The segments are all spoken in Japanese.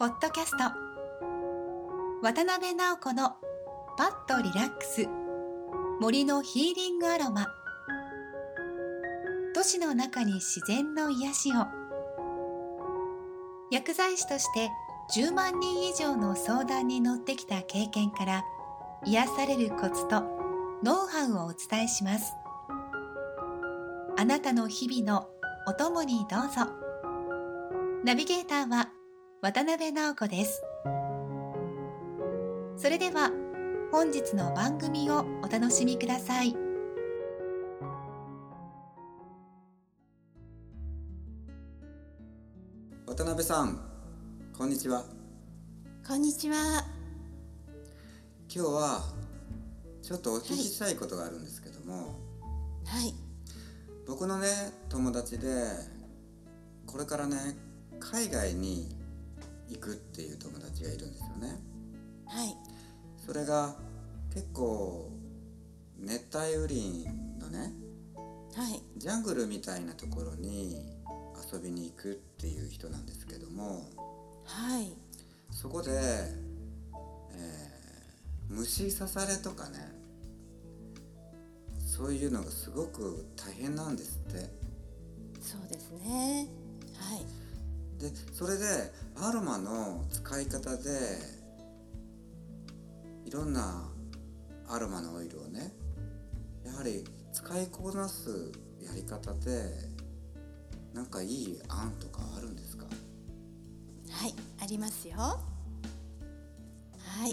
ポッドキャスト渡辺直子のパッとリラックス森のヒーリングアロマ。都市の中に自然の癒しを。薬剤師として10万人以上の相談に乗ってきた経験から癒されるコツとノウハウをお伝えします。あなたの日々のお供にどうぞ。ナビゲーターは渡辺直子です。それでは本日の番組をお楽しみください。 渡辺さん、こんにちは。 こんにちは。 今日はちょっとお聞きしたいことがあるんですけども、 はい。 僕のね友達でこれからね海外に行くっていう友達がいるんですよね。 はい。 それが結構熱帯雨林のねはい。 ジャングルみたいなところに遊びに行くっていう人なんですけども、 はい。 そこで、虫刺されとかね、そういうのがすごく大変なんですって。 そうですね。はい。 でそれでアロマの使い方でいろんなアロマのオイルをねやはり使いこなすやり方でなんかいい案とかあるんですか？ はい。ありますよ。はい。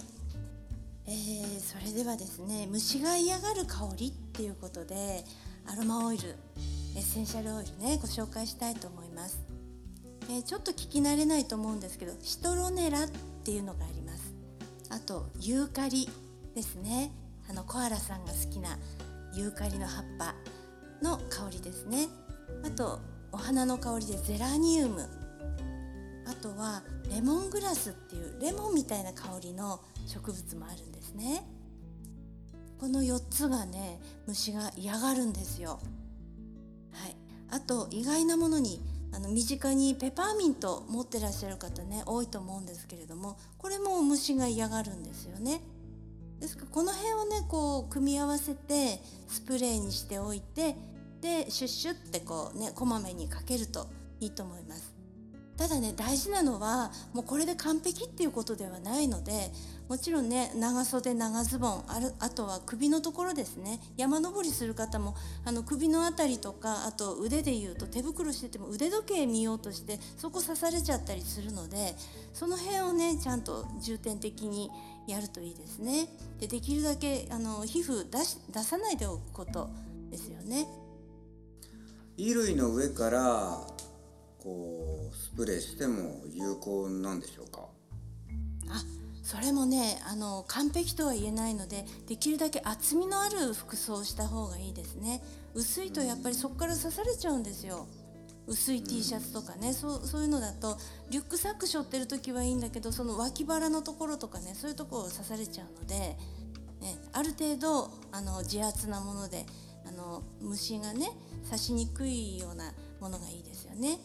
それではですね、虫が嫌がる香りっていうことでアロマオイル、エッセンシャルオイルね、ご紹介したいと思います。ちょっと聞き慣れないと思うんですけど、シトロネラっていうのがあります。あとユーカリですね。コアラさんが好きなユーカリの葉っぱの香りですね。あとお花の香りでゼラニウム、あとはレモングラスっていうレモンみたいな香りの植物もあるんですね。この4つがね、虫が嫌がるんですよ。はい。あと意外なものに身近にペパーミント持ってらっしゃる方ね多いと思うんですけれども、これも虫が嫌がるんですよね。ですからこの辺をねこう組み合わせてスプレーにしておいて、でシュッシュってこうねこまめにかけるといいと思います。ただね、大事なのはもうこれで完璧っていうことではないので、もちろんね長袖長ズボンあとは首のところですね。山登りする方も首のあたりとか、あと腕でいうと手袋してても腕時計見ようとしてそこ刺されちゃったりするので、その辺をねちゃんと重点的にやるといいですね。できるだけ皮膚出さないでおくことですよね。 衣類の上からこうスプレーしても有効なんでしょうか？ それもね完璧とは言えないので、できるだけ厚みのある服装をした方がいいですね。薄いとやっぱりそこから刺されちゃうんですよ。薄い T シャツとかね、そういうのだとリュックサック背負ってる時はいいんだけど、その脇腹のところとかね、そういうところを刺されちゃうので、ね、ある程度自圧なもので虫がね刺しにくいようなものがいいですよね。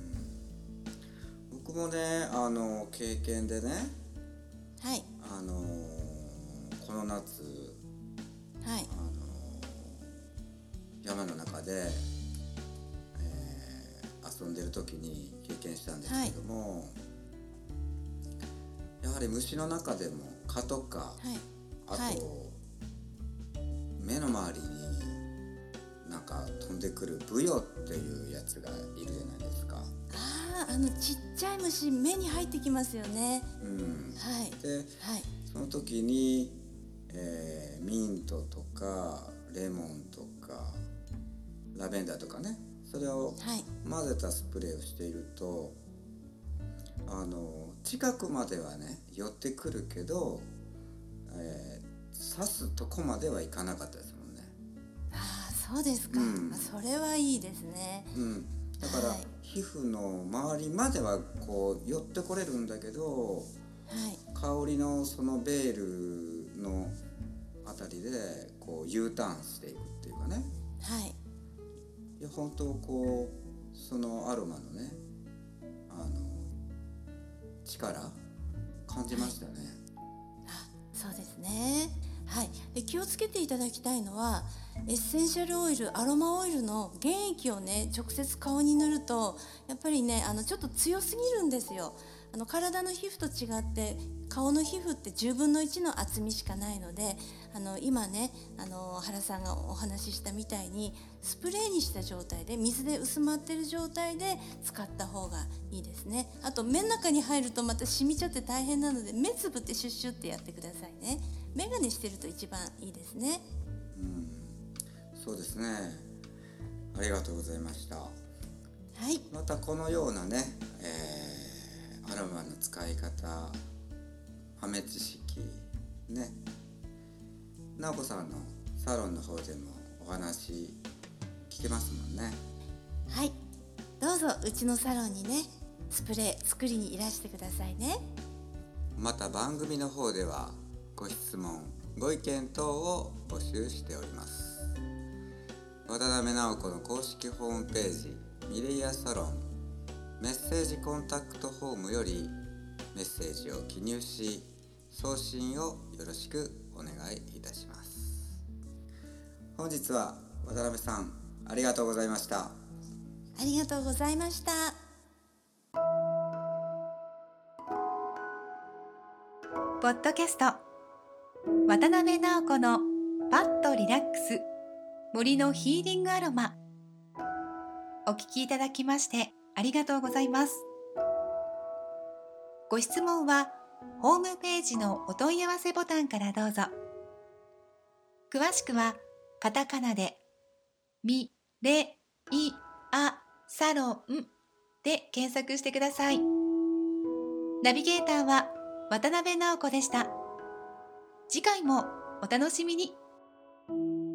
僕もね経験でね、 はい。 この夏、 はい。 山の中で、遊んでる時に経験したんですけども、やはり虫の中でも蚊とか、 はい。 あと、 はい。 目の周りになんか飛んでくるブヨっていうやつがいるじゃないですか。 ちっちゃい虫目に入ってきますよね。はい。 で、 はい。 その時に、ミントとかレモンとかラベンダーとかね、それを混ぜたスプレーをしていると、近くまではね寄ってくるけど、刺すとこまではいかなかったですもんね。 そうですか。それはいいですね。 だから、皮膚の周りまではこう寄ってこれるんだけど、香りのそのベールのあたりでこう U ターンしていくっていうかね。いや本当こうそのアロマのね力感じましたね。 そうですね。はい、で気をつけていただきたいのは、エッセンシャルオイル、アロマオイルの原液をね直接顔に塗るとやっぱりねちょっと強すぎるんですよ。体の皮膚と違って顔の皮膚って10分の1の厚みしかないので、今ね原さんがお話ししたみたいにスプレーにした状態で水で薄まってる状態で使った方がいいですね。あと目の中に入るとまた染みちゃって大変なので、目つぶってシュッシュってやってくださいね。眼鏡してると一番いいですね。 そうですね。ありがとうございました。 はい。 またこのようなね、アロマの使い方、豆知識ね、直子さんのサロンの方でもお話聞けますもんね。 はい、どうぞうちのサロンにねスプレー作りにいらしてくださいね。 また番組の方ではご質問ご意見等を募集しております。渡辺直子の公式ホームページミレイヤサロンメッセージコンタクトフォームよりメッセージを記入し送信をよろしくお願いいたします。本日は渡辺さんありがとうございました。 ありがとうございました。 ポッドキャスト渡辺直子のパッとリラックス森のヒーリングアロマ、お聞きいただきましてありがとうございます。ご質問はホームページのお問い合わせボタンからどうぞ。詳しくはカタカナでミレイアサロンで検索してください。ナビゲーターは渡辺直子でした。次回もお楽しみに。